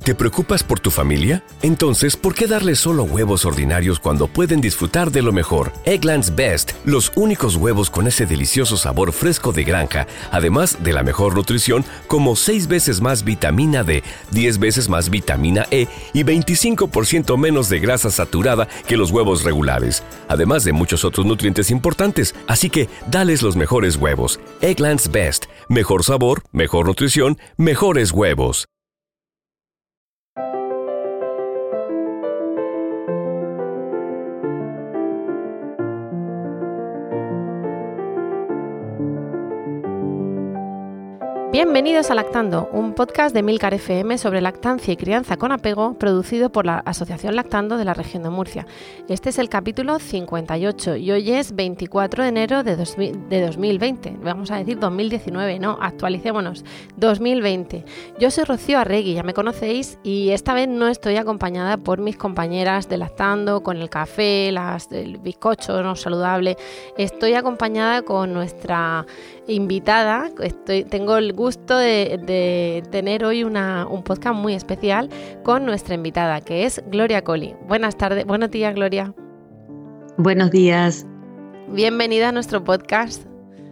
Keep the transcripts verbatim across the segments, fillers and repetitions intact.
¿Te preocupas por tu familia? Entonces, ¿por qué darles solo huevos ordinarios cuando pueden disfrutar de lo mejor? Eggland's Best, los únicos huevos con ese delicioso sabor fresco de granja, además de la mejor nutrición, como seis veces más vitamina D, diez veces más vitamina E y veinticinco por ciento menos de grasa saturada que los huevos regulares, además de muchos otros nutrientes importantes. Así que, dales los mejores huevos. Eggland's Best, mejor sabor, mejor nutrición, mejores huevos. Bienvenidos a Lactando, un podcast de Milcar F M sobre lactancia y crianza con apego, producido por la Asociación Lactando de la región de Murcia. Este es el capítulo cincuenta y ocho y hoy es veinticuatro de enero de, dos mil, de dos mil veinte. Vamos a decir dos mil diecinueve, no, actualicémonos, dos mil veinte. Yo soy Rocío Arregui, ya me conocéis, y esta vez no estoy acompañada por mis compañeras de Lactando, con el café, las, el bizcocho no saludable. Estoy acompañada con nuestra invitada. Estoy, tengo el gusto de, de tener hoy una, un podcast muy especial con nuestra invitada, que es Gloria Colli. Buenas tardes, buenos días, Gloria. Buenos días. Bienvenida a nuestro podcast.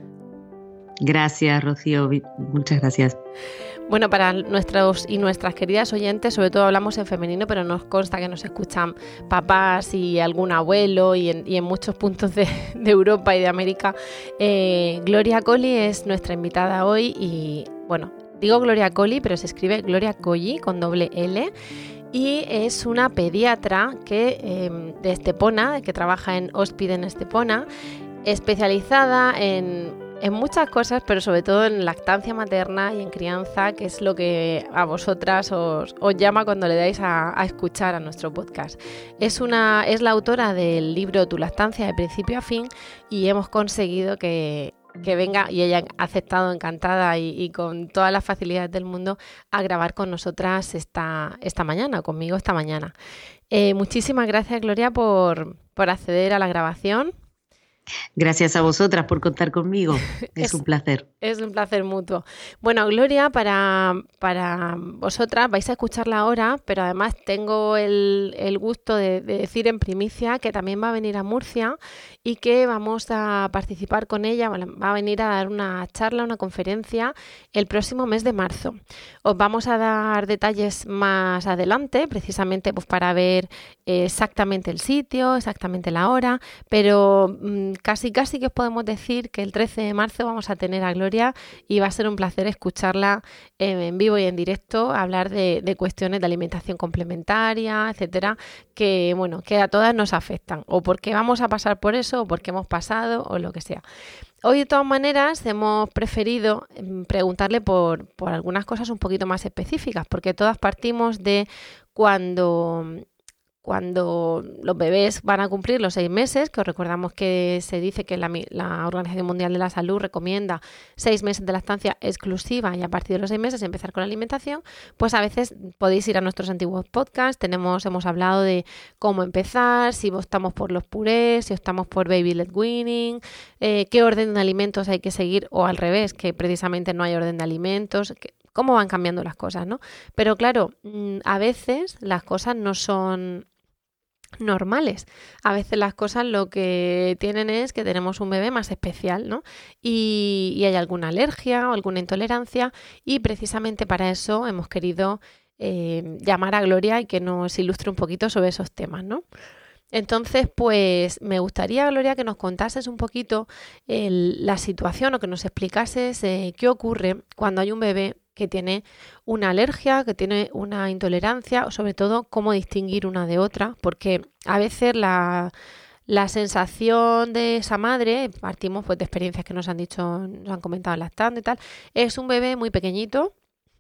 Gracias, Rocío, muchas gracias. Bueno, para nuestros y nuestras queridas oyentes, sobre todo hablamos en femenino, pero nos consta que nos escuchan papás y algún abuelo y en, y en muchos puntos de, de Europa y de América. Eh, Gloria Colli es nuestra invitada hoy y, bueno, digo Gloria Colli, pero se escribe Gloria Colli con doble L. Y es una pediatra que, eh, de Estepona, que trabaja en Hóspide en Estepona, especializada en... en muchas cosas, pero sobre todo en lactancia materna y en crianza, que es lo que a vosotras os, os llama cuando le dais a, a escuchar a nuestro podcast. Es, una, es la autora del libro Tu lactancia de principio a fin y hemos conseguido que, que venga, y ella ha aceptado encantada y, y con todas las facilidades del mundo, a grabar con nosotras esta, esta mañana, conmigo esta mañana. Eh, muchísimas gracias, Gloria, por, por acceder a la grabación. Gracias a vosotras por contar conmigo, es, es un placer. Es un placer mutuo. Bueno, Gloria, para, para vosotras vais a escucharla ahora, pero además tengo el, el gusto de, de decir en primicia que también va a venir a Murcia y que vamos a participar con ella, va a venir a dar una charla, una conferencia el próximo mes de marzo. Os vamos a dar detalles más adelante, precisamente pues para ver exactamente el sitio, exactamente la hora, pero mmm, casi casi que os podemos decir que el trece de marzo vamos a tener a Gloria y va a ser un placer escucharla eh, en vivo y en directo, hablar de, de cuestiones de alimentación complementaria, etcétera, que bueno, que a todas nos afectan, o porque vamos a pasar por eso, o porque hemos pasado, o lo que sea. Hoy, de todas maneras, hemos preferido preguntarle por, por algunas cosas un poquito más específicas, porque todas partimos de cuando... Cuando los bebés van a cumplir los seis meses, que os recordamos que se dice que la, la Organización Mundial de la Salud recomienda seis meses de lactancia exclusiva y a partir de los seis meses empezar con la alimentación, pues a veces podéis ir a nuestros antiguos podcasts. Tenemos, hemos hablado de cómo empezar, si optamos por los purés, si optamos por baby led weaning, eh, qué orden de alimentos hay que seguir o al revés, que precisamente no hay orden de alimentos, que, cómo van cambiando las cosas, ¿no? Pero claro, a veces las cosas no son normales. A veces las cosas lo que tienen es que tenemos un bebé más especial, ¿no? Y, y hay alguna alergia o alguna intolerancia y precisamente para eso hemos querido eh, llamar a Gloria y que nos ilustre un poquito sobre esos temas, ¿no? Entonces, pues me gustaría, Gloria, que nos contases un poquito el, la situación o que nos explicases eh, qué ocurre cuando hay un bebé que tiene una alergia, que tiene una intolerancia, o sobre todo cómo distinguir una de otra, porque a veces la, la sensación de esa madre, partimos pues de experiencias que nos han dicho, nos han comentado en Lactando y tal, es un bebé muy pequeñito,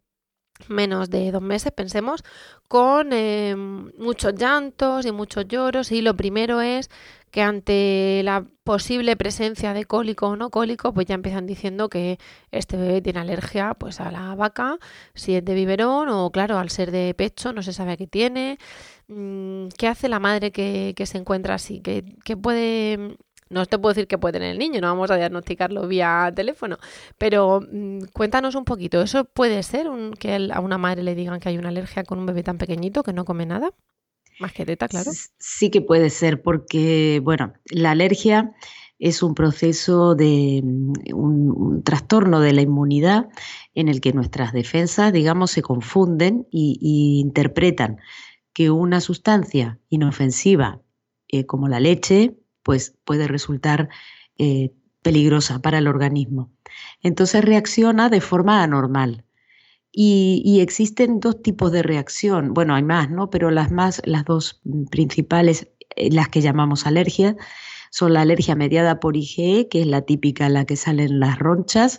menos de dos meses, pensemos, con eh, muchos llantos y muchos lloros, y lo primero es que ante la posible presencia de cólico o no cólico, pues ya empiezan diciendo que este bebé tiene alergia pues a la vaca, si es de biberón o claro, al ser de pecho no se sabe a qué tiene. ¿Qué hace la madre que, que se encuentra así? ¿Qué, qué puede No te puedo decir qué puede tener el niño, no vamos a diagnosticarlo vía teléfono, pero mmm, cuéntanos un poquito, ¿eso puede ser un, que a una madre le digan que hay una alergia con un bebé tan pequeñito que no come nada? Más que teta, claro. Sí que puede ser porque, bueno, la alergia es un proceso de un, un trastorno de la inmunidad en el que nuestras defensas, digamos, se confunden y, y interpretan que una sustancia inofensiva eh, como la leche, pues puede resultar eh, peligrosa para el organismo. Entonces reacciona de forma anormal. Y, y existen dos tipos de reacción, bueno, hay más, ¿no? Pero las más, las dos principales, eh, las que llamamos alergias, son la alergia mediada por I G E, que es la típica en la que salen las ronchas,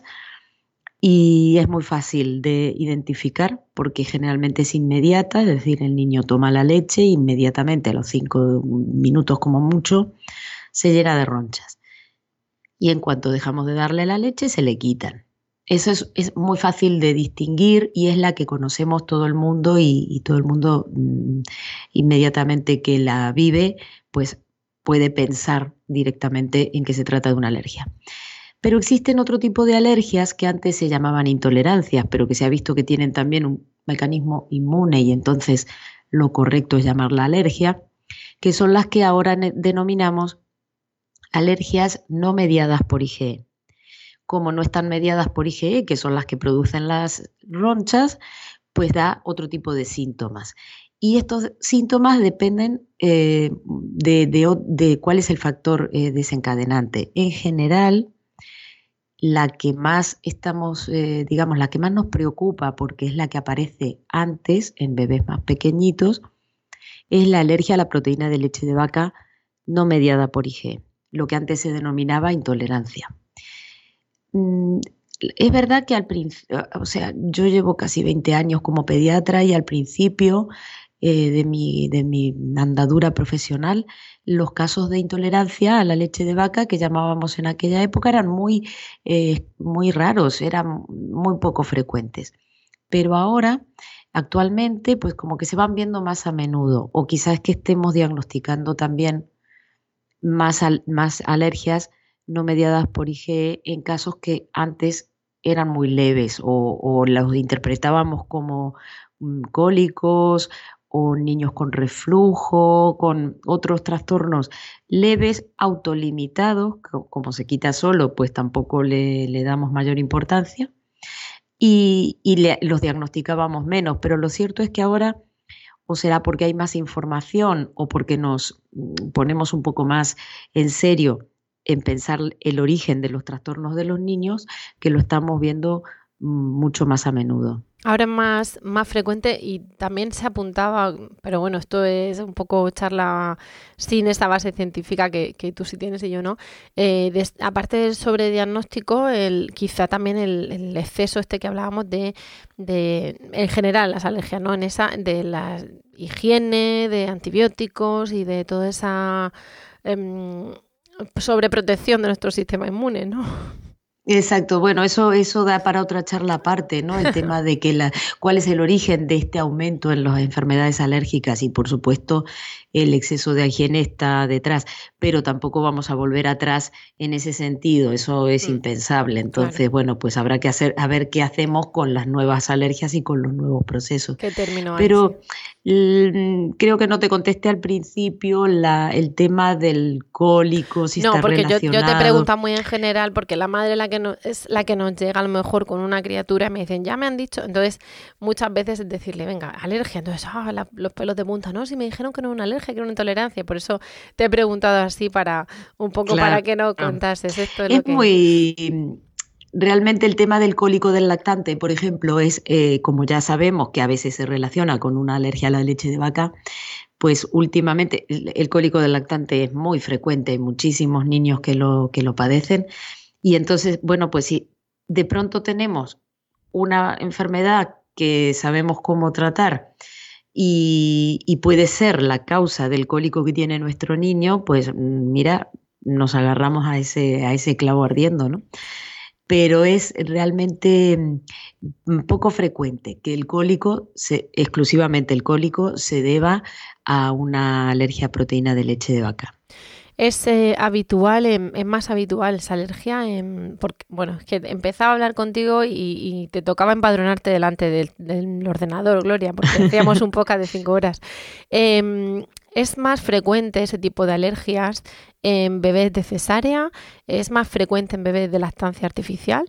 y es muy fácil de identificar porque generalmente es inmediata, es decir, el niño toma la leche e inmediatamente a los cinco minutos como mucho se llena de ronchas. Y en cuanto dejamos de darle la leche se le quitan. Eso es, es muy fácil de distinguir y es la que conocemos todo el mundo y, y todo el mundo mmm, inmediatamente que la vive, pues puede pensar directamente en que se trata de una alergia. Pero existen otro tipo de alergias que antes se llamaban intolerancias, pero que se ha visto que tienen también un mecanismo inmune y entonces lo correcto es llamarla alergia, que son las que ahora denominamos alergias no mediadas por I G E. Como no están mediadas por I G E, que son las que producen las ronchas, pues da otro tipo de síntomas. Y estos síntomas dependen eh, de, de, de cuál es el factor eh, desencadenante. En general, la que más estamos, eh, digamos, la que más nos preocupa, porque es la que aparece antes en bebés más pequeñitos, es la alergia a la proteína de leche de vaca no mediada por I G E, lo que antes se denominaba intolerancia. Es verdad que al principio, o sea, yo llevo casi veinte años como pediatra y al principio eh, de, mi, de mi andadura profesional, los casos de intolerancia a la leche de vaca que llamábamos en aquella época eran muy, eh, muy raros, eran muy poco frecuentes. Pero ahora, actualmente, pues como que se van viendo más a menudo, o quizás que estemos diagnosticando también más, al, más alergias no mediadas por I G E en casos que antes eran muy leves o, o los interpretábamos como um, cólicos o niños con reflujo, con otros trastornos leves, autolimitados, como se quita solo, pues tampoco le, le damos mayor importancia y, y le, los diagnosticábamos menos, pero lo cierto es que ahora, o será porque hay más información o porque nos ponemos un poco más en serio en pensar el origen de los trastornos de los niños, que lo estamos viendo mucho más a menudo. Ahora es más, más frecuente y también se apuntaba, pero bueno, esto es un poco charla sin esta base científica que, que tú sí tienes y yo no. Eh, de, aparte del sobrediagnóstico, el, quizá también el, el exceso este que hablábamos de, de, en general, las alergias, ¿no? En esa, de la higiene, de antibióticos y de toda esa eh, sobreprotección de nuestro sistema inmune, ¿no? Exacto, bueno, eso, eso da para otra charla aparte, ¿no? El tema de que la, cuál es el origen de este aumento en las enfermedades alérgicas y por supuesto el exceso de higiene está detrás, pero tampoco vamos a volver atrás en ese sentido, eso es mm, impensable. Entonces, claro. Bueno, pues habrá que hacer, a ver qué hacemos con las nuevas alergias y con los nuevos procesos. ¿Qué término hay? Pero l- creo que no te contesté al principio la, el tema del cólico, si no, está porque relacionado. Yo, yo te pregunto muy en general, porque la madre la que no, es la que nos llega a lo mejor con una criatura y me dicen, ya me han dicho, entonces muchas veces es decirle, venga, alergia, entonces, ah, la, los pelos de punta, no, si me dijeron que no era una alergia, que era una intolerancia, por eso te he preguntado así para un poco claro, para que no contases esto. Es, es lo que... muy... Realmente el tema del cólico del lactante, por ejemplo, es, eh, como ya sabemos, que a veces se relaciona con una alergia a la leche de vaca, pues últimamente el, el cólico del lactante es muy frecuente, hay muchísimos niños que lo, que lo padecen y entonces, bueno, pues si de pronto tenemos una enfermedad que sabemos cómo tratar y, y puede ser la causa del cólico que tiene nuestro niño, pues mira, nos agarramos a ese, a ese clavo ardiendo, ¿no? Pero es realmente poco frecuente que el cólico, se, exclusivamente el cólico, se deba a una alergia a proteína de leche de vaca. Es eh, habitual, em, es más habitual esa alergia, em, porque, bueno, es que empezaba a hablar contigo y, y te tocaba empadronarte delante del, del ordenador, Gloria, porque hacíamos un podcast de cinco horas. Em, es más frecuente ese tipo de alergias en bebés de cesárea, es más frecuente en bebés de lactancia artificial.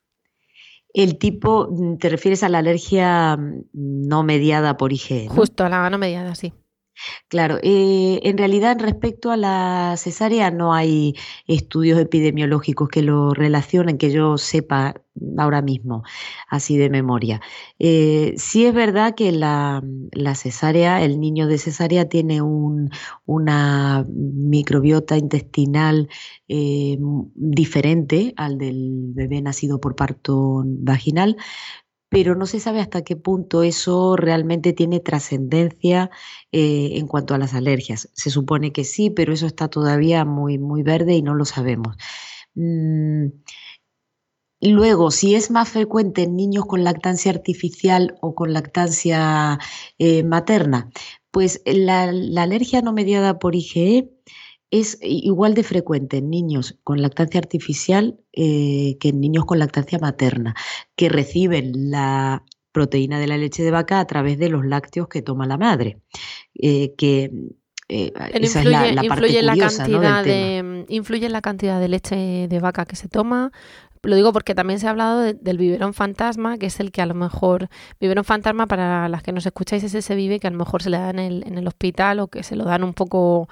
El tipo, ¿te refieres a la alergia no mediada por I G E, ¿no? Justo, a la no mediada, sí. Claro, eh, en realidad respecto a la cesárea no hay estudios epidemiológicos que lo relacionen, que yo sepa ahora mismo, así de memoria. Eh, sí es verdad que la, la cesárea, el niño de cesárea tiene un, una microbiota intestinal eh, diferente al del bebé nacido por parto vaginal, pero no se sabe hasta qué punto eso realmente tiene trascendencia eh, en cuanto a las alergias. Se supone que sí, pero eso está todavía muy, muy verde y no lo sabemos. Mm, y luego, si es más frecuente en niños con lactancia artificial o con lactancia eh, materna, pues la, la alergia no mediada por I G E es igual de frecuente en niños con lactancia artificial eh, que en niños con lactancia materna, que reciben la proteína de la leche de vaca a través de los lácteos que toma la madre. Eh, que eh, esa influye, es la, la parte influye curiosa, la cantidad, ¿no?, del de, tema. influye en la cantidad de leche de vaca que se toma. Lo digo porque también se ha hablado de, del biberón fantasma, que es el que a lo mejor... Biberón fantasma, para las que nos escucháis, es ese bibe que a lo mejor se le da en el, en el hospital o que se lo dan un poco...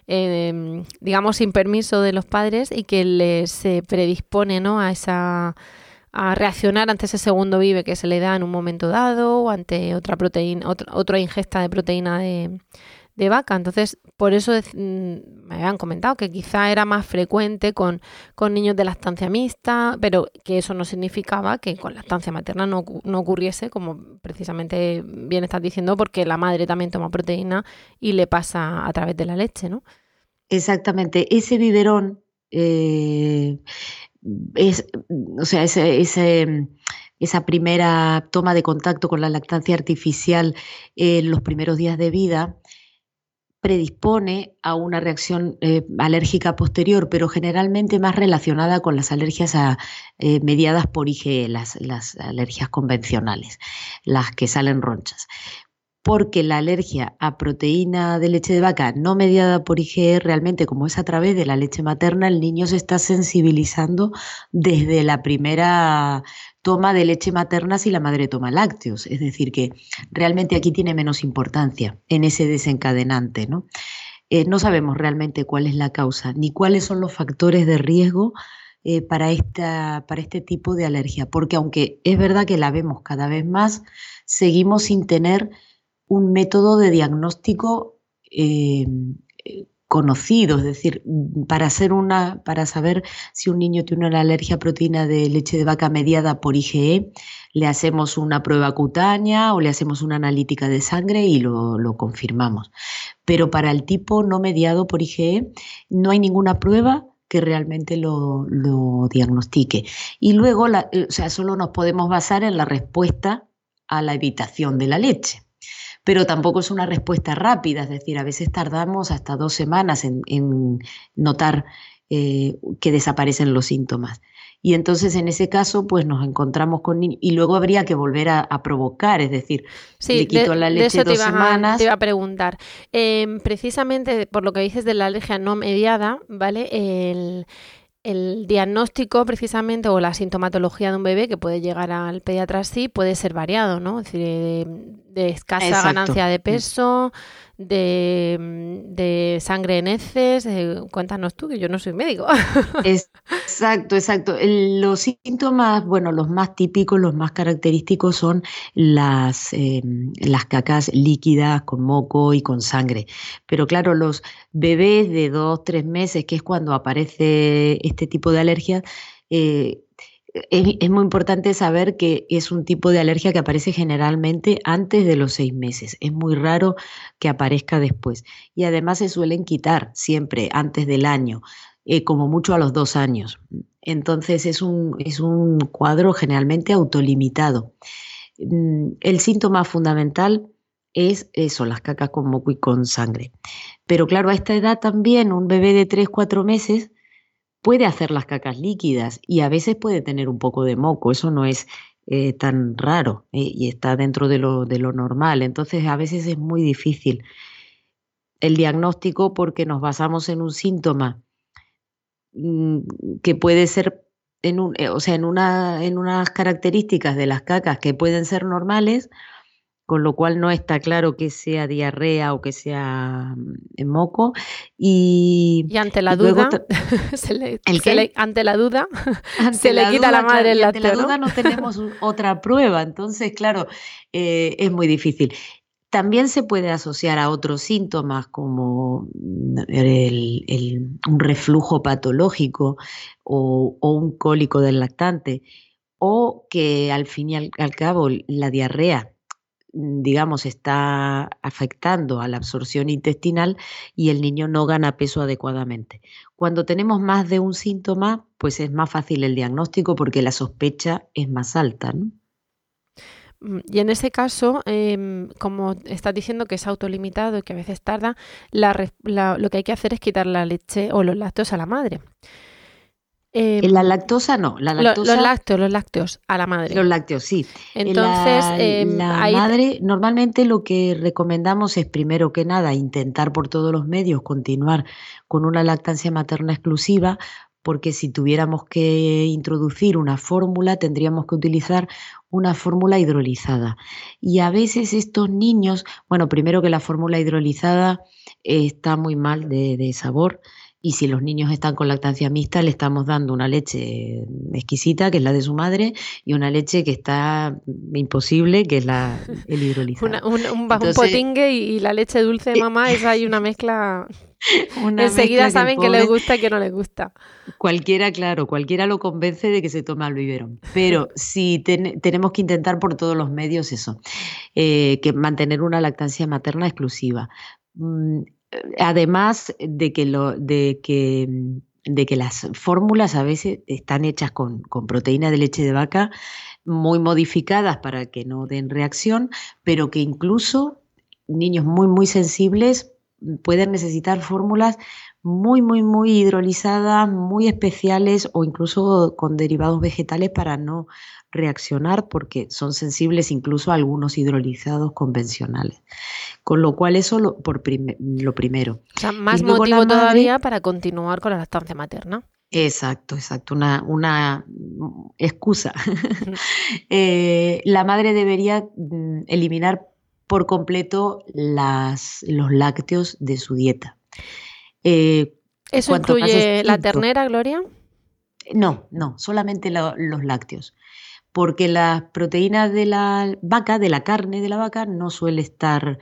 Eh, digamos sin permiso de los padres y que les eh, predispone, ¿no?, a esa a reaccionar ante ese segundo vive que se le da en un momento dado o ante otra proteína, otra, otra ingesta de proteína de, de vaca. Entonces, por eso mmm, me habían comentado que quizá era más frecuente con, con niños de lactancia mixta, pero que eso no significaba que con lactancia materna no, no ocurriese, como precisamente bien estás diciendo, porque la madre también toma proteína y le pasa a través de la leche, ¿no? Exactamente, ese biberón eh, es, o sea, ese, ese, esa primera toma de contacto con la lactancia artificial en los primeros días de vida predispone a una reacción eh, alérgica posterior, pero generalmente más relacionada con las alergias a, eh, mediadas por I G E, las, las alergias convencionales, las que salen ronchas. Porque la alergia a proteína de leche de vaca no mediada por I G E, realmente, como es a través de la leche materna, el niño se está sensibilizando desde la primera toma de leche materna si la madre toma lácteos. Es decir, que realmente aquí tiene menos importancia en ese desencadenante, ¿no? Eh, no sabemos realmente cuál es la causa, ni cuáles son los factores de riesgo eh, para, esta, para este tipo de alergia, porque aunque es verdad que la vemos cada vez más, seguimos sin tener un método de diagnóstico eh, conocido, es decir, para, hacer una, para saber si un niño tiene una alergia a proteína de leche de vaca mediada por I G E, le hacemos una prueba cutánea o le hacemos una analítica de sangre y lo, lo confirmamos. Pero para el tipo no mediado por I G E no hay ninguna prueba que realmente lo, lo diagnostique. Y luego, la, o sea, solo nos podemos basar en la respuesta a la evitación de la leche. Pero tampoco es una respuesta rápida, es decir, a veces tardamos hasta dos semanas en, en notar eh, que desaparecen los síntomas. Y entonces en ese caso pues nos encontramos con niños y luego habría que volver a, a provocar, es decir, sí, le quito de, la de leche eso te dos iba semanas. A, te iba a preguntar, eh, precisamente por lo que dices de la alergia no mediada, ¿vale? El... El diagnóstico precisamente o la sintomatología de un bebé que puede llegar al pediatra sí puede ser variado, ¿no? Es decir, de, de escasa Exacto. ganancia de peso, de, de sangre en heces. Eh, cuéntanos tú, que yo no soy médico. Exacto, exacto. Los síntomas, bueno, los más típicos, los más característicos son las, eh, las cacas líquidas con moco y con sangre. Pero claro, los bebés de dos, tres meses, que es cuando aparece este tipo de alergia, eh, es, es muy importante saber que es un tipo de alergia que aparece generalmente antes de los seis meses. Es muy raro que aparezca después. Y además se suelen quitar siempre antes del año. Eh, como mucho a los dos años. Entonces es un, es un cuadro generalmente autolimitado. El síntoma fundamental es eso, las cacas con moco y con sangre. Pero claro, a esta edad también un bebé de tres, cuatro meses puede hacer las cacas líquidas y a veces puede tener un poco de moco, eso no es eh, tan raro eh, y está dentro de lo, de lo normal. Entonces a veces es muy difícil el diagnóstico porque nos basamos en un síntoma mmm, que puede ser, en un, eh, o sea, en, una, en unas características de las cacas que pueden ser normales, con lo cual no está claro que sea diarrea o que sea mm, moco. Y, y ante la y luego duda, se le, ¿el se qué? le, ante la duda, Ante se la le quita duda, a la madre claro, el y ante la lácteo, duda ¿no? no tenemos un- otra prueba, entonces, claro, eh, es muy difícil. También se puede asociar a otros síntomas como mm, el- el- un reflujo patológico o, o un cólico del lactante, o que al fin y al, al cabo la diarrea, mm, digamos, está afectando a la absorción intestinal y el niño no gana peso adecuadamente. Cuando tenemos más de un síntoma, pues es más fácil el diagnóstico porque la sospecha es más alta, ¿no? Mm, Y en ese caso, em, como estás diciendo que es autolimitado y que a veces tarda, la res- la- lo que hay que hacer es quitar la leche o los lácteos a la madre. En la Em, lactosa no, la lo- los lactosa, lácteos, los lácteos a la madre. los lácteos sí. En Entonces, La, em, la ahí te- madre, normalmente lo que recomendamos es primero que nada intentar por todos los medios continuar con una lactancia materna exclusiva, porque si tuviéramos que introducir una fórmula, tendríamos que utilizar una fórmula hidrolizada. Y a veces estos niños, bueno, primero que la fórmula hidrolizada eh, está muy mal de, de sabor. Y si los niños están con lactancia mixta, le estamos dando una leche exquisita, que es la de su madre, y una leche que está imposible, que es la, el una- hidrolizado. un, un, ba- un Entonces, potingue y, y la leche dulce de eh, mamá, esa hay una mezcla. una Enseguida mezcla que el saben que les pobre, gusta y que no les gusta. cualquiera, claro, cualquiera lo convence de que se toma el biberón. Pero sí ten- tenemos que intentar por todos los medios eso, eh, que mantener una lactancia materna exclusiva. Mm, Además de que, lo, de que, mm, de que las fórmulas a veces están hechas con, con proteína de leche de vaca muy modificadas para que no den reacción, pero que incluso niños muy, muy sensibles pueden necesitar fórmulas muy, muy, muy hidrolizadas, muy especiales o incluso con derivados vegetales para no reaccionar porque son sensibles incluso a algunos hidrolizados convencionales. Con lo cual eso lo, por prime- lo primero. O sea, Y más luego la motivo madre, todavía para continuar con la lactancia materna. exacto, exacto, una, una mm, excusa. Ujú. Eh, la madre debería mm, eliminar por completo las, los lácteos de su dieta. Eh, ¿Eso cuanto más incluye la estricto, ternera, Gloria? no, no, solamente lo- los lácteos. Porque las proteínas de la vaca, de la carne de la vaca, no suele estar.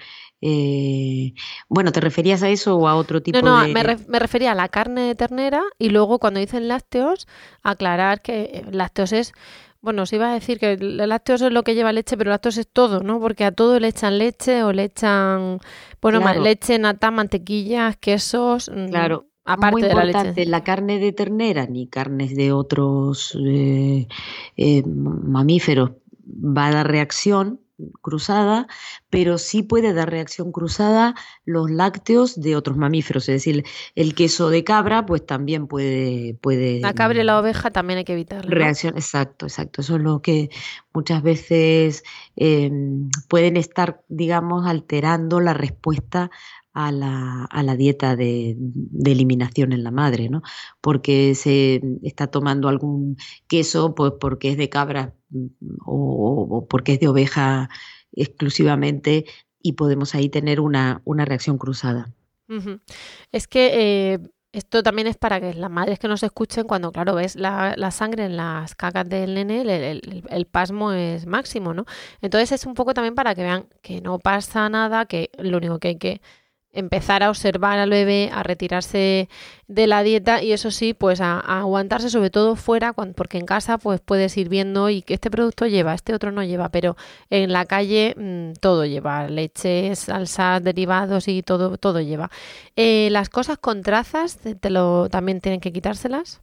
eh, Bueno, ¿te referías a eso o a otro No, tipo no, me, de...? ref- me refería a la carne de ternera y luego cuando dicen lácteos, aclarar que eh, lácteos es, bueno, os iba a decir que el lácteos es lo que lleva leche, pero lácteos es todo, ¿no? Porque a todo le echan leche o le echan, bueno, ma- Claro, leche, nata, mantequillas, quesos, mm, claro. Muy aparte de la leche. importante, la carne de ternera ni carnes de otros eh, eh, mamíferos va a dar reacción cruzada, pero sí puede dar reacción cruzada los lácteos de otros mamíferos, es decir, el queso de cabra pues también puede, puede La cabra y mm, la oveja también hay que evitarlo, ¿no? reacción, exacto, exacto. Eso es lo que muchas veces eh, pueden estar, digamos, alterando la respuesta a la, a la dieta de, de eliminación en la madre, ¿no? Porque se está tomando algún queso, pues porque es de cabra mm, o, o porque es de oveja exclusivamente y podemos ahí tener una, una reacción cruzada. Ujú. Es que eh, esto también es para que las madres que nos escuchen, cuando, claro, ves la, la sangre en las cacas del nene, el, el- el pasmo es máximo, ¿no? Entonces es un poco también para que vean que no pasa nada, que lo único que hay que empezar a observar al bebé, a retirarse de la dieta y eso sí, pues a, a aguantarse sobre todo fuera, cuan- porque en casa pues puedes ir viendo y que este producto lleva, este otro no lleva, pero en la calle mm, todo lleva, leche, salsas, derivados y todo, todo lleva. Eh, las cosas con trazas, te te lo, también tienen que quitárselas.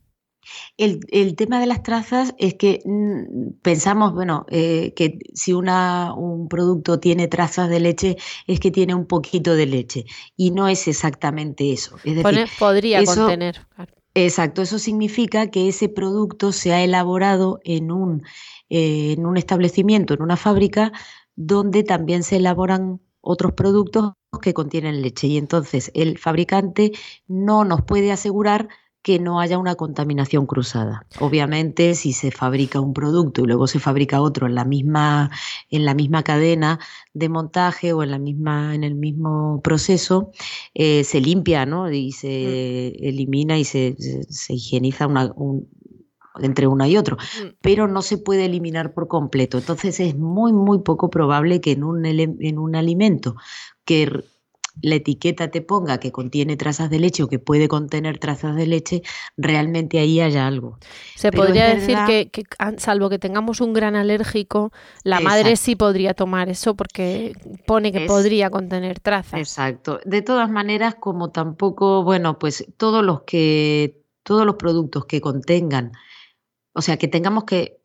El, el tema de las trazas es que mm, pensamos, bueno, eh, que si una, un producto tiene trazas de leche es que tiene un poquito de leche y no es exactamente eso. Es decir, Pone, podría eso, contener. Claro. exacto, eso significa que ese producto se ha elaborado en un, eh, en un establecimiento, en una fábrica, donde también se elaboran otros productos que contienen leche y entonces el fabricante no nos puede asegurar que no haya una contaminación cruzada. Obviamente, si se fabrica un producto y luego se fabrica otro en la misma, en la misma cadena de montaje o en la misma, en el mismo proceso, eh, se limpia, ¿no? Y se mm. elimina y se, se, se higieniza una, un, entre uno y otro, mm. pero no se puede eliminar por completo. Entonces es muy, muy poco probable que en un, en un alimento que la etiqueta te ponga que contiene trazas de leche o que puede contener trazas de leche, realmente ahí haya algo. Se Pero podría decir verdad, que, que, salvo que tengamos un gran alérgico, la exacto. madre sí podría tomar eso porque pone que es, podría contener trazas. Exacto. De todas maneras, como tampoco, bueno, pues todos los que, todos los productos que contengan, o sea, que tengamos que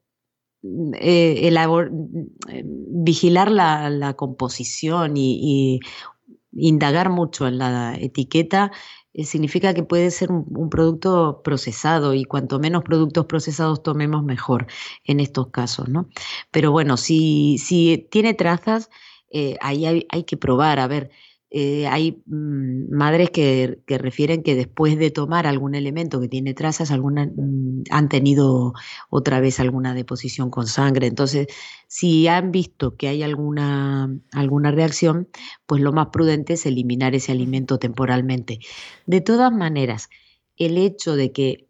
eh, elabor, eh, vigilar la, la composición y, y indagar mucho en la etiqueta eh, significa que puede ser un, un producto procesado y cuanto menos productos procesados tomemos mejor en estos casos, ¿no? Pero bueno, si, si tiene trazas, eh, ahí hay, hay que probar, a ver, eh, hay mmm, madres que, que refieren que después de tomar algún elemento que tiene trazas, alguna, mmm, han tenido otra vez alguna deposición con sangre. Entonces, si han visto que hay alguna, alguna reacción, pues lo más prudente es eliminar ese alimento temporalmente. De todas maneras, el hecho de que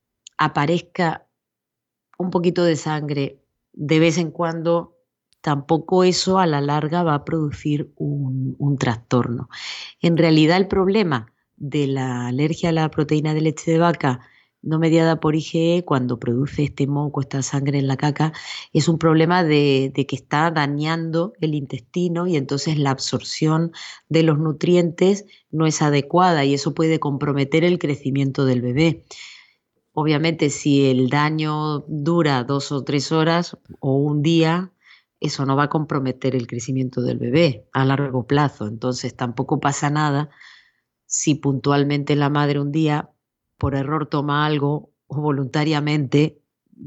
aparezca un poquito de sangre de vez en cuando, tampoco eso a la larga va a producir un, un trastorno. En realidad el problema de la alergia a la proteína de leche de vaca no mediada por I G E, cuando produce este moco, esta sangre en la caca, es un problema de, de que está dañando el intestino y entonces la absorción de los nutrientes no es adecuada y eso puede comprometer el crecimiento del bebé. Obviamente, si el daño dura dos o tres horas o un día, eso no va a comprometer el crecimiento del bebé a largo plazo. Entonces tampoco pasa nada si puntualmente la madre un día por error toma algo o voluntariamente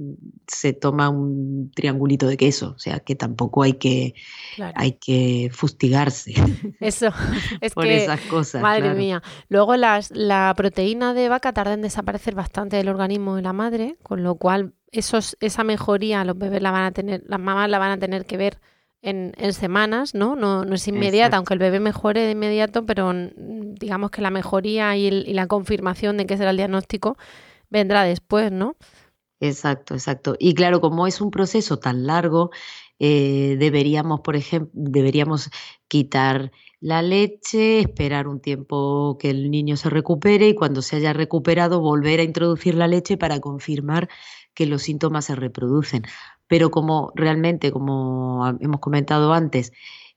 se toma un triangulito de queso. O sea que tampoco hay que, claro. hay que fustigarse. Eso, es por que, esas cosas. Madre claro. mía. Luego las, la proteína de vaca tarda en desaparecer bastante del organismo de la madre, con lo cual esos, esa mejoría los bebés la van a tener, las mamás la van a tener que ver en, en semanas, ¿no? No, no es inmediata, exacto. Aunque el bebé mejore de inmediato, pero digamos que la mejoría y, el, y la confirmación de que será el diagnóstico vendrá después, ¿no? Exacto, exacto. Y claro, como es un proceso tan largo, eh, deberíamos, por ejemplo, deberíamos quitar la leche, esperar un tiempo que el niño se recupere y cuando se haya recuperado volver a introducir la leche para confirmar que los síntomas se reproducen. Pero como realmente, como hemos comentado antes,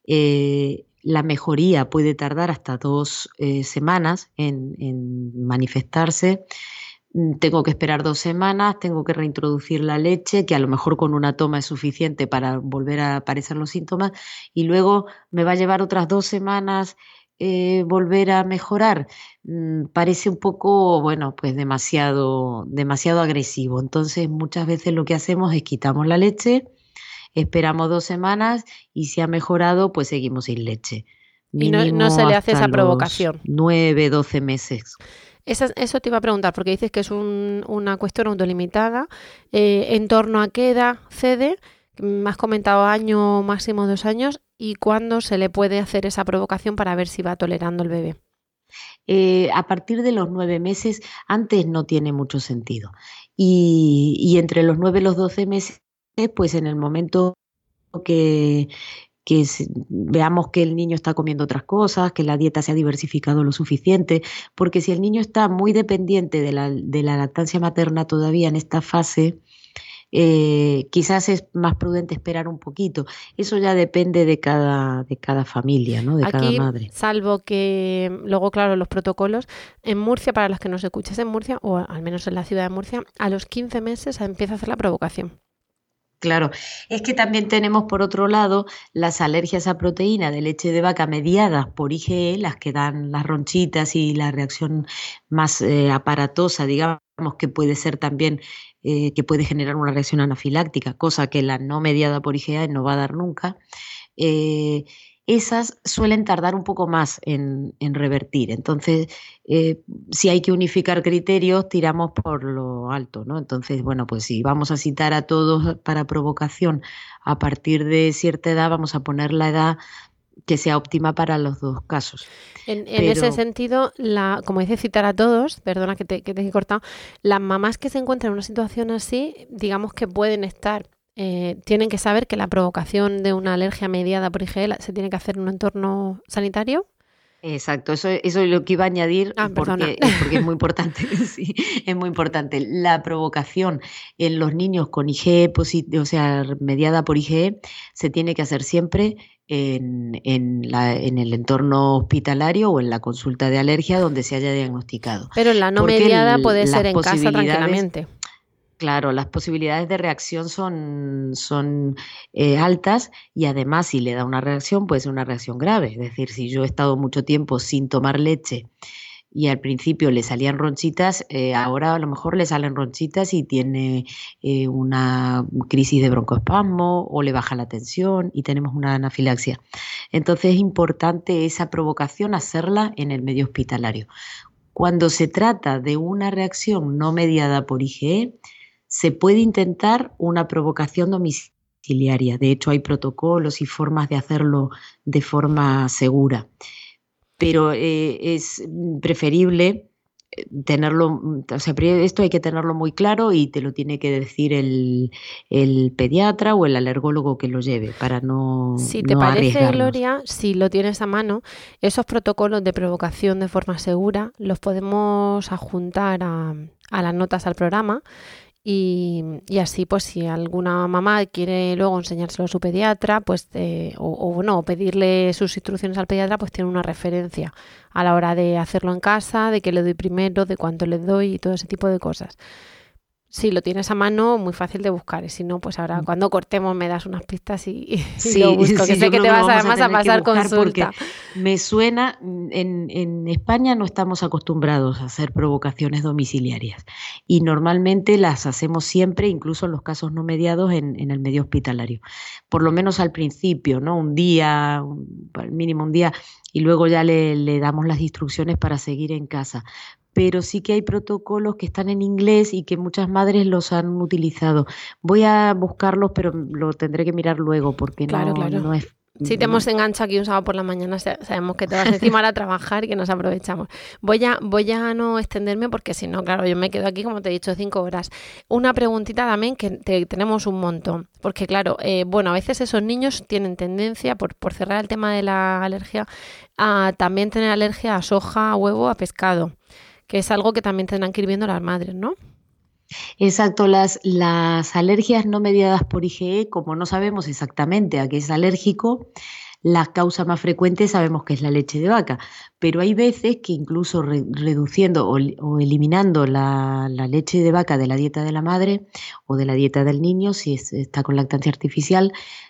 eh, la mejoría puede tardar hasta dos eh, semanas en, en manifestarse. Tengo que esperar dos semanas, tengo que reintroducir la leche, que a lo mejor con una toma es suficiente para volver a aparecer los síntomas, y luego me va a llevar otras dos semanas eh, volver a mejorar. Mm, parece un poco, bueno, pues demasiado, demasiado agresivo. Entonces, muchas veces lo que hacemos es quitamos la leche, esperamos dos semanas y si ha mejorado, pues seguimos sin leche. Y no, no se le hace esa provocación. nueve, doce meses. Esa, eso te iba a preguntar, porque dices que es un, una cuestión autolimitada. Eh, ¿En torno a qué edad cede? Me has comentado año, máximo dos años. ¿Y cuándo se le puede hacer esa provocación para ver si va tolerando el bebé? Eh, a partir de los nueve meses, antes no tiene mucho sentido. Y, y entre los nueve y los doce meses, pues en el momento que... que veamos que el niño está comiendo otras cosas, que la dieta se ha diversificado lo suficiente, porque si el niño está muy dependiente de la, de la lactancia materna todavía en esta fase, eh, quizás es más prudente esperar un poquito. Eso ya depende de cada, de cada familia, ¿no? De cada Aquí, madre. salvo que luego, claro, los protocolos, en Murcia, para los que nos escuches en Murcia, o al menos en la ciudad de Murcia, a los quince meses empieza a hacer la provocación. Claro, es que también tenemos por otro lado las alergias a proteína de leche de vaca mediadas por I G E, las que dan las ronchitas y la reacción más eh, aparatosa, digamos, que puede ser también, eh, que puede generar una reacción anafiláctica, cosa que la no mediada por I G E no va a dar nunca. Eh, esas suelen tardar un poco más en, en revertir. Entonces, eh, si hay que unificar criterios, tiramos por lo alto, ¿no? Entonces, bueno, pues si vamos a citar a todos para provocación a partir de cierta edad, vamos a poner la edad que sea óptima para los dos casos. En, en Pero, ese sentido, la, como dice citar a todos, perdona que te, que te he cortado, las mamás que se encuentran en una situación así, digamos que pueden estar Eh, tienen que saber que la provocación de una alergia mediada por I G E se tiene que hacer en un entorno sanitario. Exacto, eso, eso es lo que iba a añadir ah, porque, porque es muy importante, sí, es muy importante. La provocación en los niños con I G E, posit- o sea, mediada por I G E, se tiene que hacer siempre en, en, la, en el entorno hospitalario o en la consulta de alergia donde se haya diagnosticado. Pero la no Porque mediada el- puede las ser en casa posibilidades- tranquilamente. Claro, las posibilidades de reacción son, son eh, altas y además si le da una reacción puede ser una reacción grave. Es decir, si yo he estado mucho tiempo sin tomar leche y al principio le salían ronchitas, eh, ahora a lo mejor le salen ronchitas y tiene eh, una crisis de broncoespasmo o le baja la tensión y tenemos una anafilaxia. Entonces es importante esa provocación hacerla en el medio hospitalario. Cuando se trata de una reacción no mediada por I G E, se puede intentar una provocación domiciliaria. De hecho, hay protocolos y formas de hacerlo de forma segura. Pero eh, es preferible tenerlo, o sea, esto hay que tenerlo muy claro y te lo tiene que decir el, el pediatra o el alergólogo que lo lleve para no Si te no parece, arriesgarnos. Gloria, si lo tienes a mano, esos protocolos de provocación de forma segura los podemos adjuntar a, a las notas al programa. Y, y así, pues si alguna mamá quiere luego enseñárselo a su pediatra, pues eh, o, o no, pedirle sus instrucciones al pediatra, pues tiene una referencia a la hora de hacerlo en casa, de qué le doy primero, de cuánto le doy y todo ese tipo de cosas. Si lo tienes a mano, muy fácil de buscar. Y si no, pues ahora cuando cortemos me das unas pistas y, y Sí, lo busco. sí, Que sé yo que creo te que lo vas vamos a además a, tener que pasar buscar consulta. porque me suena, en, en España no estamos acostumbrados a hacer provocaciones domiciliarias y normalmente las hacemos siempre, incluso en los casos no mediados, en, en el medio hospitalario. Por lo menos al principio, ¿no? Un día, un, mínimo un día, y luego ya le, le damos las instrucciones para seguir en casa. Pero sí que hay protocolos que están en inglés y que muchas madres los han utilizado. Voy a buscarlos, pero lo tendré que mirar luego porque Claro, no, claro. no es... Si te no. hemos enganchado aquí un sábado por la mañana, sabemos que te vas encima a trabajar y que nos aprovechamos. Voy a, voy a no extenderme porque si no, claro, yo me quedo aquí, como te he dicho, cinco horas. Una preguntita también, que te, tenemos un montón. Porque claro, eh, bueno, a veces esos niños tienen tendencia, por, por cerrar el tema de la alergia, a también tener alergia a soja, a huevo, a pescado, que es algo que también tendrán que ir viendo las madres, ¿no? Exacto, las, las alergias no mediadas por I G E, como no sabemos exactamente a qué es alérgico, la causa más frecuente sabemos que es la leche de vaca, pero hay veces que incluso re, reduciendo o, o eliminando la, la leche de vaca de la dieta de la madre o de la dieta del niño, si es, está con lactancia artificial,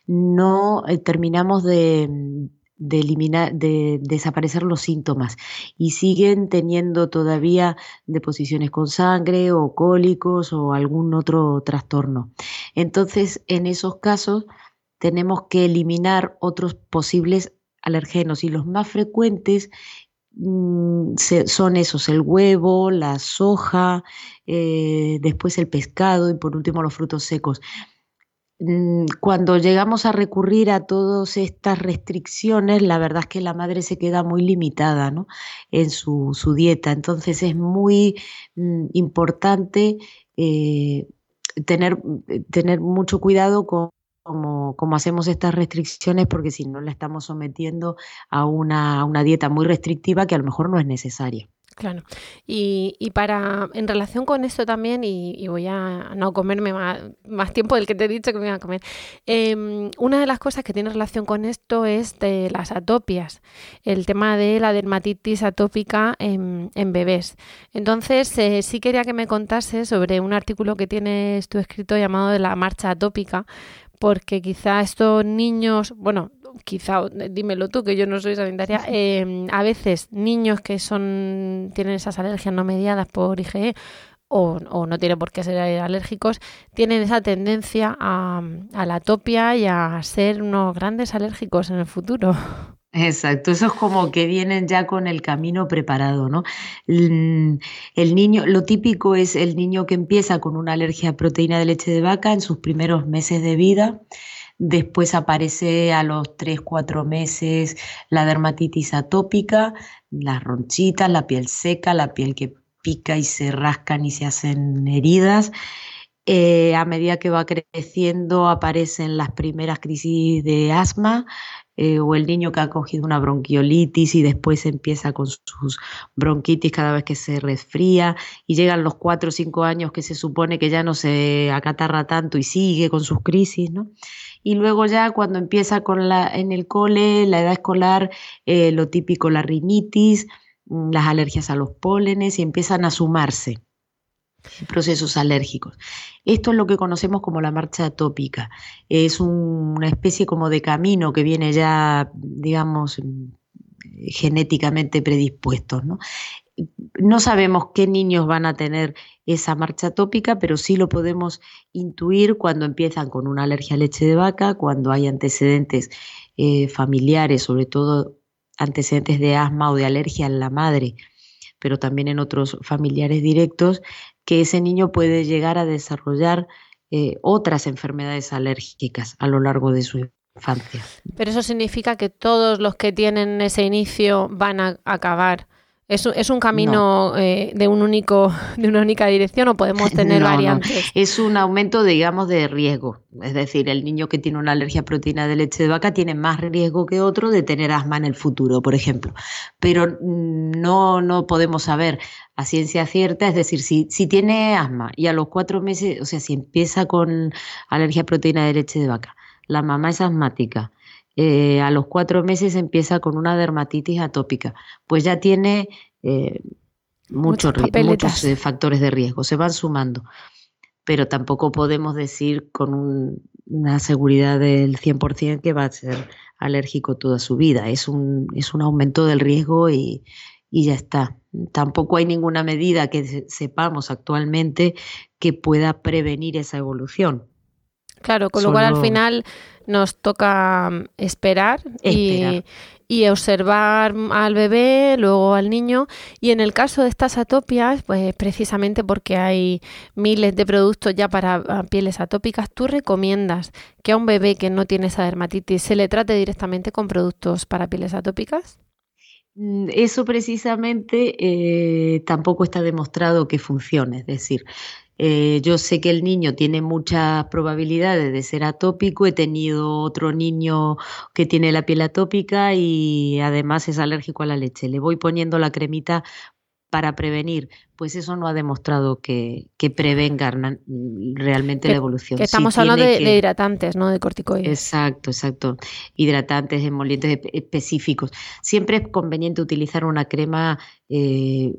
no eh, terminamos de... de eliminar, de desaparecer los síntomas y siguen teniendo todavía deposiciones con sangre o cólicos o algún otro trastorno. Entonces, en esos casos tenemos que eliminar otros posibles alergenos y los más frecuentes mmm, se, son esos, el huevo, la soja, eh, después el pescado y por último los frutos secos. Cuando llegamos a recurrir a todas estas restricciones, la verdad es que la madre se queda muy limitada, ¿no? en su, su dieta. Entonces es muy mm, importante eh, tener, tener mucho cuidado con cómo, cómo hacemos estas restricciones, porque si no la estamos sometiendo a una, a una dieta muy restrictiva que a lo mejor no es necesaria. Claro. Y, y para, en relación con esto también, y, y voy a no comerme más, más tiempo del que te he dicho que me iba a comer, eh, una de las cosas que tiene relación con esto es de las atopias, el tema de la dermatitis atópica en, en bebés. Entonces, eh, sí quería que me contases sobre un artículo que tienes tú escrito llamado de la marcha atópica, porque quizá estos niños, bueno, quizá, dímelo tú, que yo no soy sanitaria, eh, a veces niños que son tienen esas alergias no mediadas por I G E o, o no tienen por qué ser alérgicos, tienen esa tendencia a, a la atopia y a ser unos grandes alérgicos en el futuro. Exacto, eso es como que vienen ya con el camino preparado, ¿no? El, el niño, lo típico es el niño que empieza con una alergia a proteína de leche de vaca en sus primeros meses de vida. Después aparece a los tres, cuatro meses la dermatitis atópica, las ronchitas, la piel seca, la piel que pica y se rascan y se hacen heridas. Eh, a medida que va creciendo aparecen las primeras crisis de asma, eh, o el niño que ha cogido una bronquiolitis y después empieza con sus bronquitis cada vez que se resfría, y llegan los cuatro o cinco años que se supone que ya no se acatarra tanto y sigue con sus crisis, ¿no? Y luego ya cuando empieza con la, en el cole, la edad escolar, eh, lo típico, la rinitis, las alergias a los pólenes, y empiezan a sumarse procesos alérgicos. Esto es lo que conocemos como la marcha atópica. Es un, una especie como de camino que viene ya, digamos, genéticamente predispuestos, ¿no? No sabemos qué niños van a tener esa marcha atópica, pero sí lo podemos intuir cuando empiezan con una alergia a leche de vaca, cuando hay antecedentes eh, familiares, sobre todo antecedentes de asma o de alergia en la madre, pero también en otros familiares directos, que ese niño puede llegar a desarrollar eh, otras enfermedades alérgicas a lo largo de su infancia. Pero eso significa que todos los que tienen ese inicio van a acabar. ¿Es, es un camino no. eh, de un único, de una única dirección, o podemos tener no, variantes? No. Es un aumento, digamos, de riesgo. Es decir, el niño que tiene una alergia a proteína de leche de vaca tiene más riesgo que otro de tener asma en el futuro, por ejemplo. Pero no, no podemos saber a ciencia cierta, es decir, si, si tiene asma y a los cuatro meses, o sea, si empieza con alergia a proteína de leche de vaca, la mamá es asmática, Eh, a los cuatro meses empieza con una dermatitis atópica, pues ya tiene eh, muchos, muchos eh, factores de riesgo, se van sumando, pero tampoco podemos decir con un, una seguridad del cien por ciento que va a ser alérgico toda su vida. Es un, es un aumento del riesgo y, y ya está. Tampoco hay ninguna medida que sepamos actualmente que pueda prevenir esa evolución. Claro, con Solo... lo cual al final nos toca esperar, esperar. Y, y observar al bebé, luego al niño. Y en el caso de estas atopias, pues precisamente porque hay miles de productos ya para pieles atópicas, ¿tú recomiendas que a un bebé que no tiene esa dermatitis se le trate directamente con productos para pieles atópicas? Eso precisamente eh, tampoco está demostrado que funcione, es decir, Eh, yo sé que el niño tiene muchas probabilidades de ser atópico, he tenido otro niño que tiene la piel atópica y además es alérgico a la leche. Le voy poniendo la cremita para prevenir, pues eso no ha demostrado que, que prevenga realmente que, la evolución. Que estamos sí hablando de, que... de hidratantes, ¿no? De corticoides. Exacto, exacto. Hidratantes, emolientes específicos. Siempre es conveniente utilizar una crema eh,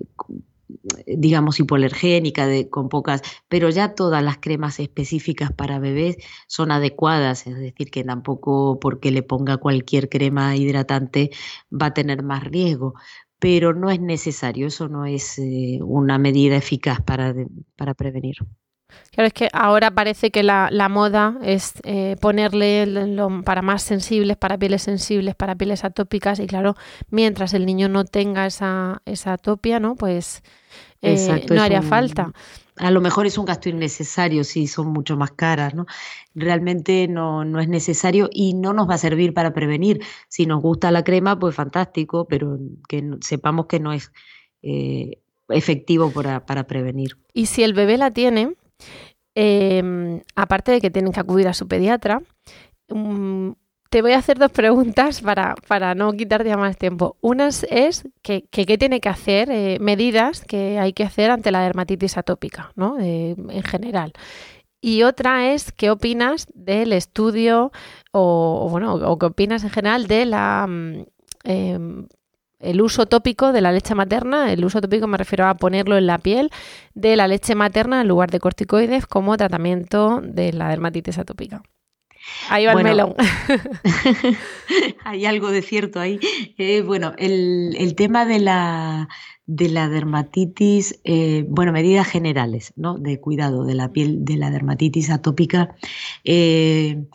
digamos hipoalergénica, de, con pocas, pero ya todas las cremas específicas para bebés son adecuadas, es decir, que tampoco porque le ponga cualquier crema hidratante va a tener más riesgo, pero no es necesario, eso no es eh, una medida eficaz para, de, para prevenir. Claro, es que ahora parece que la, la moda es eh, ponerle lo, para más sensibles, para pieles sensibles, para pieles atópicas, y claro, mientras el niño no tenga esa, esa atopia, ¿no? Pues eh, Exacto, no haría un, falta. A lo mejor es un gasto innecesario si son mucho más caras, ¿no? Realmente no, no es necesario y no nos va a servir para prevenir. Si nos gusta la crema, pues fantástico, pero que sepamos que no es eh, efectivo para, para prevenir. Y si el bebé la tiene... Eh, aparte de que tienen que acudir a su pediatra, um, te voy a hacer dos preguntas para, para no quitarte ya más tiempo. Una es que, que qué tiene que hacer, eh, medidas que hay que hacer ante la dermatitis atópica, ¿no? Eh, en general. Y otra es qué opinas del estudio o, o bueno, o qué opinas en general de la eh, el uso tópico de la leche materna. El uso tópico me refiero a ponerlo en la piel de la leche materna en lugar de corticoides como tratamiento de la dermatitis atópica. Ahí va bueno, el melón. Hay algo de cierto ahí. Eh, bueno, el, el tema de la, de la dermatitis, eh, bueno, medidas generales, ¿no? De cuidado de la piel de la dermatitis atópica. Eh,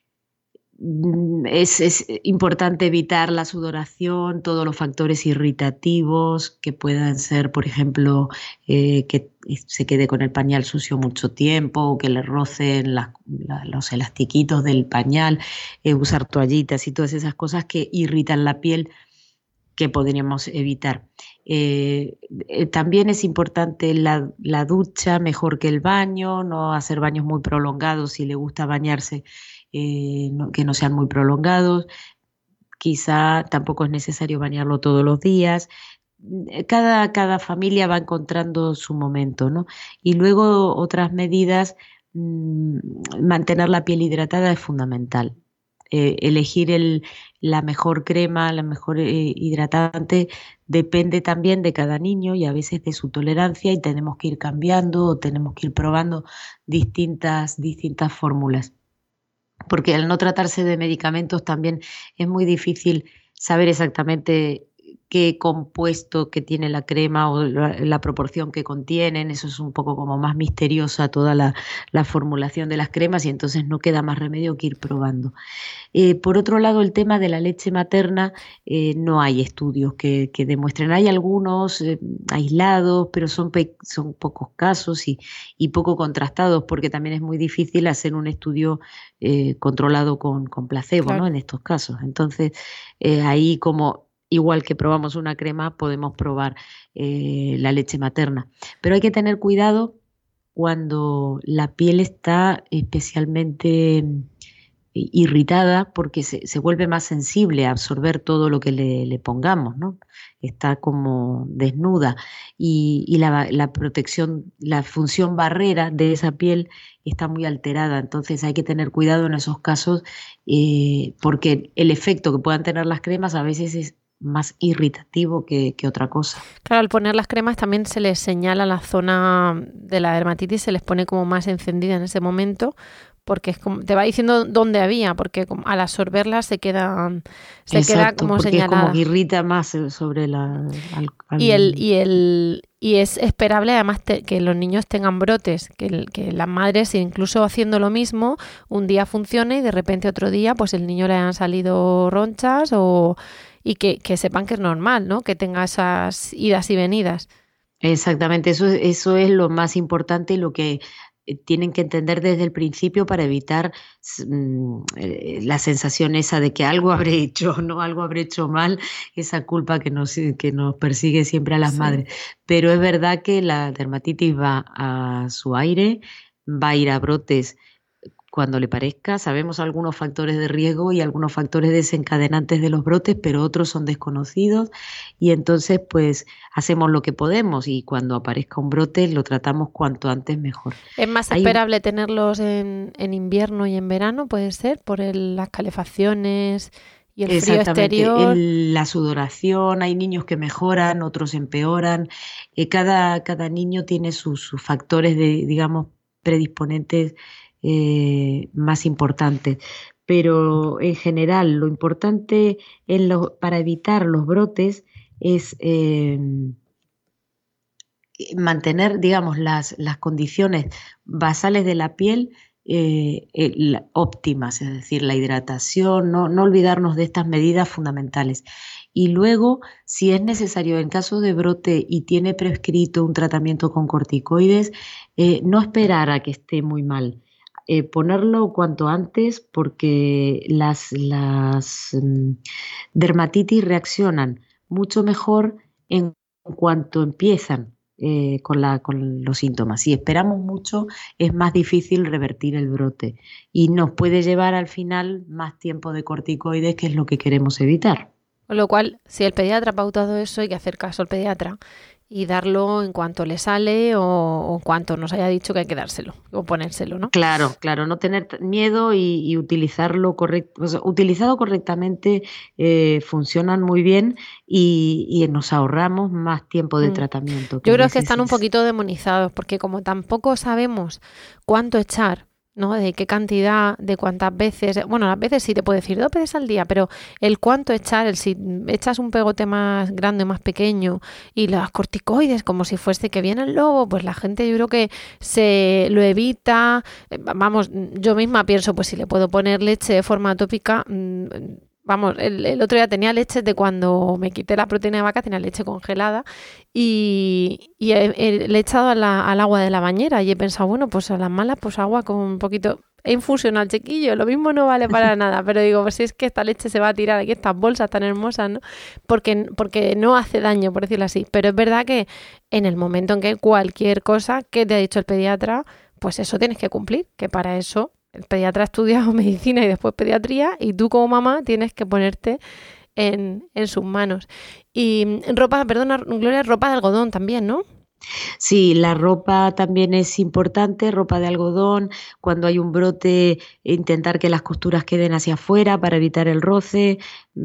Es, es importante evitar la sudoración, todos los factores irritativos que puedan ser, por ejemplo, eh, que se quede con el pañal sucio mucho tiempo o que le rocen las, la, los elastiquitos del pañal, eh, usar toallitas y todas esas cosas que irritan la piel que podríamos evitar. Eh, eh, también es importante la, la ducha mejor que el baño, no hacer baños muy prolongados si le gusta bañarse. Eh, no, que no sean muy prolongados, quizá tampoco es necesario bañarlo todos los días. Cada, cada familia va encontrando su momento, ¿no? Y luego otras medidas, mmm, mantener la piel hidratada es fundamental. Eh, elegir el, la mejor crema, la mejor eh, hidratante, depende también de cada niño y a veces de su tolerancia y tenemos que ir cambiando o tenemos que ir probando distintas, distintas fórmulas. Porque al no tratarse de medicamentos también es muy difícil saber exactamente qué compuesto que tiene la crema o la, la proporción que contienen. Eso es un poco como más misteriosa toda la, la formulación de las cremas y entonces no queda más remedio que ir probando. Eh, por otro lado, el tema de la leche materna, eh, no hay estudios que, que demuestren. Hay algunos eh, aislados, pero son, pe- son pocos casos y, y poco contrastados porque también es muy difícil hacer un estudio eh, controlado con, con placebo, claro, ¿no? En estos casos. Entonces, eh, ahí como... igual que probamos una crema, podemos probar eh, la leche materna. Pero hay que tener cuidado cuando la piel está especialmente irritada porque se, se vuelve más sensible a absorber todo lo que le, le pongamos, ¿no? Está como desnuda y, y la, la protección, la función barrera de esa piel está muy alterada. Entonces hay que tener cuidado en esos casos eh, porque el efecto que puedan tener las cremas a veces es más irritativo que, que otra cosa. Claro, al poner las cremas también se les señala la zona de la dermatitis, se les pone como más encendida en ese momento, porque es como, te va diciendo dónde había, porque como al absorberlas se queda, se Exacto, queda como porque señalada. Es como que irrita más sobre la... Al, al... Y el, y el y es esperable además te, que los niños tengan brotes, que, el, que las madres incluso haciendo lo mismo, un día funcione y de repente otro día pues el niño le han salido ronchas o y que, que sepan que es normal, ¿no? Que tenga esas idas y venidas. Exactamente, eso, eso es lo más importante y lo que tienen que entender desde el principio para evitar mmm, la sensación esa de que algo habré hecho, no algo habré hecho mal, esa culpa que nos, que nos persigue siempre a las sí. madres. Pero es verdad que la dermatitis va a su aire, va a ir a brotes cuando le parezca. Sabemos algunos factores de riesgo y algunos factores desencadenantes de los brotes, pero otros son desconocidos y entonces pues hacemos lo que podemos y cuando aparezca un brote lo tratamos cuanto antes mejor. ¿Es más Hay... esperable tenerlos en, en invierno y en verano, puede ser, por el, las calefacciones y el frío exterior? El, la sudoración, hay niños que mejoran, otros empeoran. Eh, cada, cada niño tiene sus, sus factores de, digamos, predisponentes Eh, más importantes, pero en general lo importante en lo, para evitar los brotes es eh, mantener, digamos, las, las condiciones basales de la piel eh, eh, la, óptimas, es decir, la hidratación, no, no olvidarnos de estas medidas fundamentales. Y luego, si es necesario, en caso de brote y tiene prescrito un tratamiento con corticoides, eh, no esperar a que esté muy mal. Eh, ponerlo cuanto antes porque las, las um, dermatitis reaccionan mucho mejor en cuanto empiezan. eh, con, la, con los síntomas. Si esperamos mucho, es más difícil revertir el brote y nos puede llevar al final más tiempo de corticoides, que es lo que queremos evitar. Con lo cual, si el pediatra ha pautado eso, hay que hacer caso al pediatra y darlo en cuanto le sale o, o en cuanto nos haya dicho que hay que dárselo o ponérselo, ¿no? Claro, claro, no tener miedo y, y utilizarlo correcto, o sea, utilizado correctamente eh, funcionan muy bien y, y nos ahorramos más tiempo de mm. tratamiento. Que Yo creo que están un poquito demonizados porque como tampoco sabemos cuánto echar, ¿no? De qué cantidad, de cuántas veces, bueno, las veces sí te puedo decir dos veces al día, pero el cuánto echar, el si echas un pegote más grande, más pequeño y las corticoides como si fuese que viene el lobo, pues la gente yo creo que se lo evita. Vamos, yo misma pienso, pues si le puedo poner leche de forma tópica, mmm, Vamos, el, el otro día tenía leche de cuando me quité la proteína de vaca, tenía leche congelada y, y he, he, le he echado a la, al agua de la bañera y he pensado, bueno, pues a las malas, pues agua con un poquito... He infusionado al chiquillo, lo mismo no vale para nada, pero digo, pues si es que esta leche se va a tirar aquí, estas bolsas tan hermosas, ¿no? Porque, porque no hace daño, por decirlo así. Pero es verdad que en el momento en que cualquier cosa que te ha dicho el pediatra, pues eso tienes que cumplir, que para eso... El pediatra ha estudiado medicina y después pediatría y tú como mamá tienes que ponerte en, en sus manos. Y ropa, perdona, Gloria, ropa de algodón también, ¿no? Sí, la ropa también es importante, ropa de algodón. Cuando hay un brote, intentar que las costuras queden hacia afuera para evitar el roce.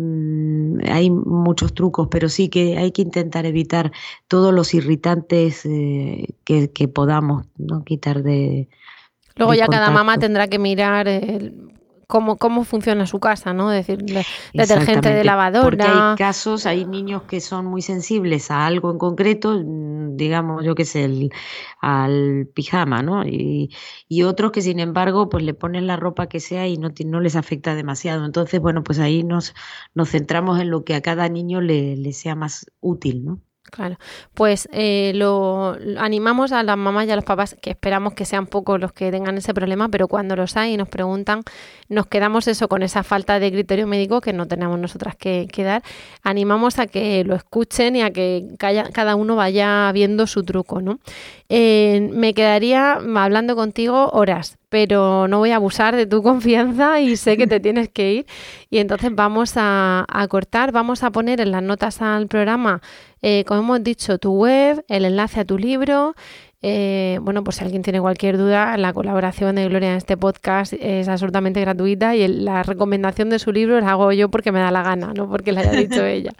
Mm, hay muchos trucos, pero sí que hay que intentar evitar todos los irritantes eh, que, que podamos, ¿no? Quitar de... Luego ya contacto. Cada mamá tendrá que mirar el, cómo, cómo funciona su casa, ¿no? Es decir, detergente de lavadora. Porque hay casos, hay niños que son muy sensibles a algo en concreto, digamos, yo qué sé, el, al pijama, ¿no? Y, y otros que, sin embargo, pues le ponen la ropa que sea y no, no les afecta demasiado. Entonces, bueno, pues ahí nos, nos centramos en lo que a cada niño le, le sea más útil, ¿no? Claro, pues eh, lo, lo animamos a las mamás y a los papás, que esperamos que sean pocos los que tengan ese problema, pero cuando los hay y nos preguntan, nos quedamos eso con esa falta de criterio médico que no tenemos nosotras que, que dar. Animamos a que lo escuchen y a que cada, cada uno vaya viendo su truco, ¿no? Eh, me quedaría hablando contigo horas, pero no voy a abusar de tu confianza y sé que te tienes que ir y entonces vamos a, a cortar, vamos a poner en las notas al programa, eh, como hemos dicho, tu web, el enlace a tu libro. Eh, bueno, pues si alguien tiene cualquier duda, la colaboración de Gloria en este podcast es absolutamente gratuita y el, la recomendación de su libro la hago yo porque me da la gana, no porque la haya dicho ella.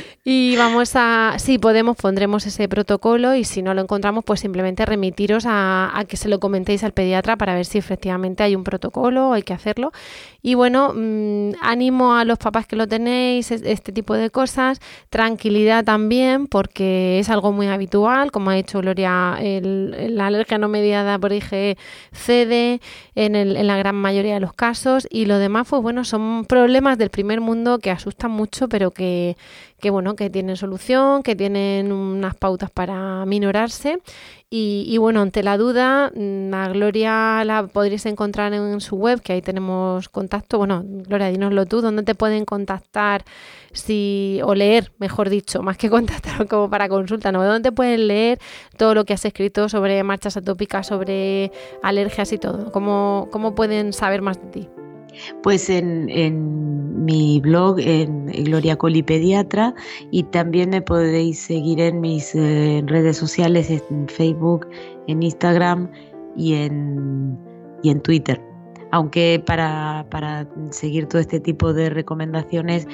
Y vamos a, si podemos, pondremos ese protocolo y si no lo encontramos, pues simplemente remitiros a, a que se lo comentéis al pediatra para ver si efectivamente hay un protocolo, hay que hacerlo. Y bueno, mmm, ánimo a los papás que lo tenéis, este tipo de cosas, tranquilidad también, porque es algo muy habitual, como ha dicho Gloria, el la alergia no mediada por I G E cede en, el, en la gran mayoría de los casos y lo demás, pues bueno, son problemas del primer mundo que asustan mucho, pero que, que bueno, que tienen solución, que tienen unas pautas para minorarse y, y bueno, ante la duda, a Gloria la podréis encontrar en su web, que ahí tenemos contacto. Bueno, Gloria, dínoslo tú, ¿dónde te pueden contactar si o leer, mejor dicho, más que contactar como para consulta, ¿no? ¿Dónde te pueden leer todo lo que has escrito sobre marchas atópicas, sobre alergias y todo? ¿Cómo, cómo pueden saber más de ti? Pues en, en mi blog, en Gloria Colli Pediatra, y también me podéis seguir en mis eh, redes sociales, en Facebook, en Instagram y en, y en Twitter. Aunque para, para seguir todo este tipo de recomendaciones,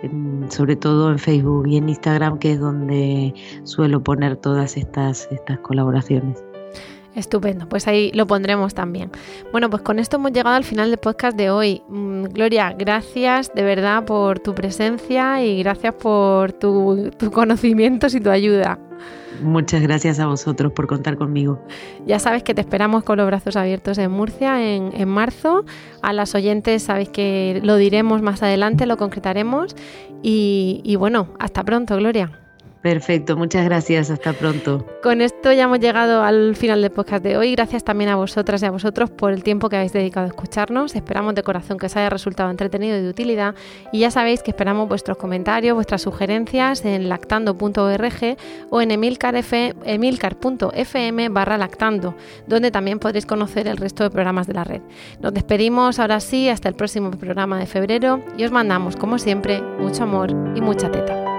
sobre todo en Facebook y en Instagram, que es donde suelo poner todas estas, estas colaboraciones. Estupendo, pues ahí lo pondremos también. Bueno, pues con esto hemos llegado al final del podcast de hoy. Mm, Gloria, gracias de verdad por tu presencia y gracias por tu, tu conocimientos y tu ayuda. Muchas gracias a vosotros por contar conmigo. Ya sabes que te esperamos con los brazos abiertos en Murcia en, en marzo. A las oyentes sabéis que lo diremos más adelante, lo concretaremos. Y, y bueno, hasta pronto, Gloria. Perfecto, muchas gracias, hasta pronto. Con esto ya hemos llegado al final del podcast de hoy. Gracias también a vosotras y a vosotros por el tiempo que habéis dedicado a escucharnos. Esperamos de corazón que os haya resultado entretenido y de utilidad. Y ya sabéis que esperamos vuestros comentarios, vuestras sugerencias en lactando punto org o en emilcar punto f m barra lactando, donde también podréis conocer el resto de programas de la red. Nos despedimos ahora sí hasta el próximo programa de febrero y os mandamos, como siempre, mucho amor y mucha teta.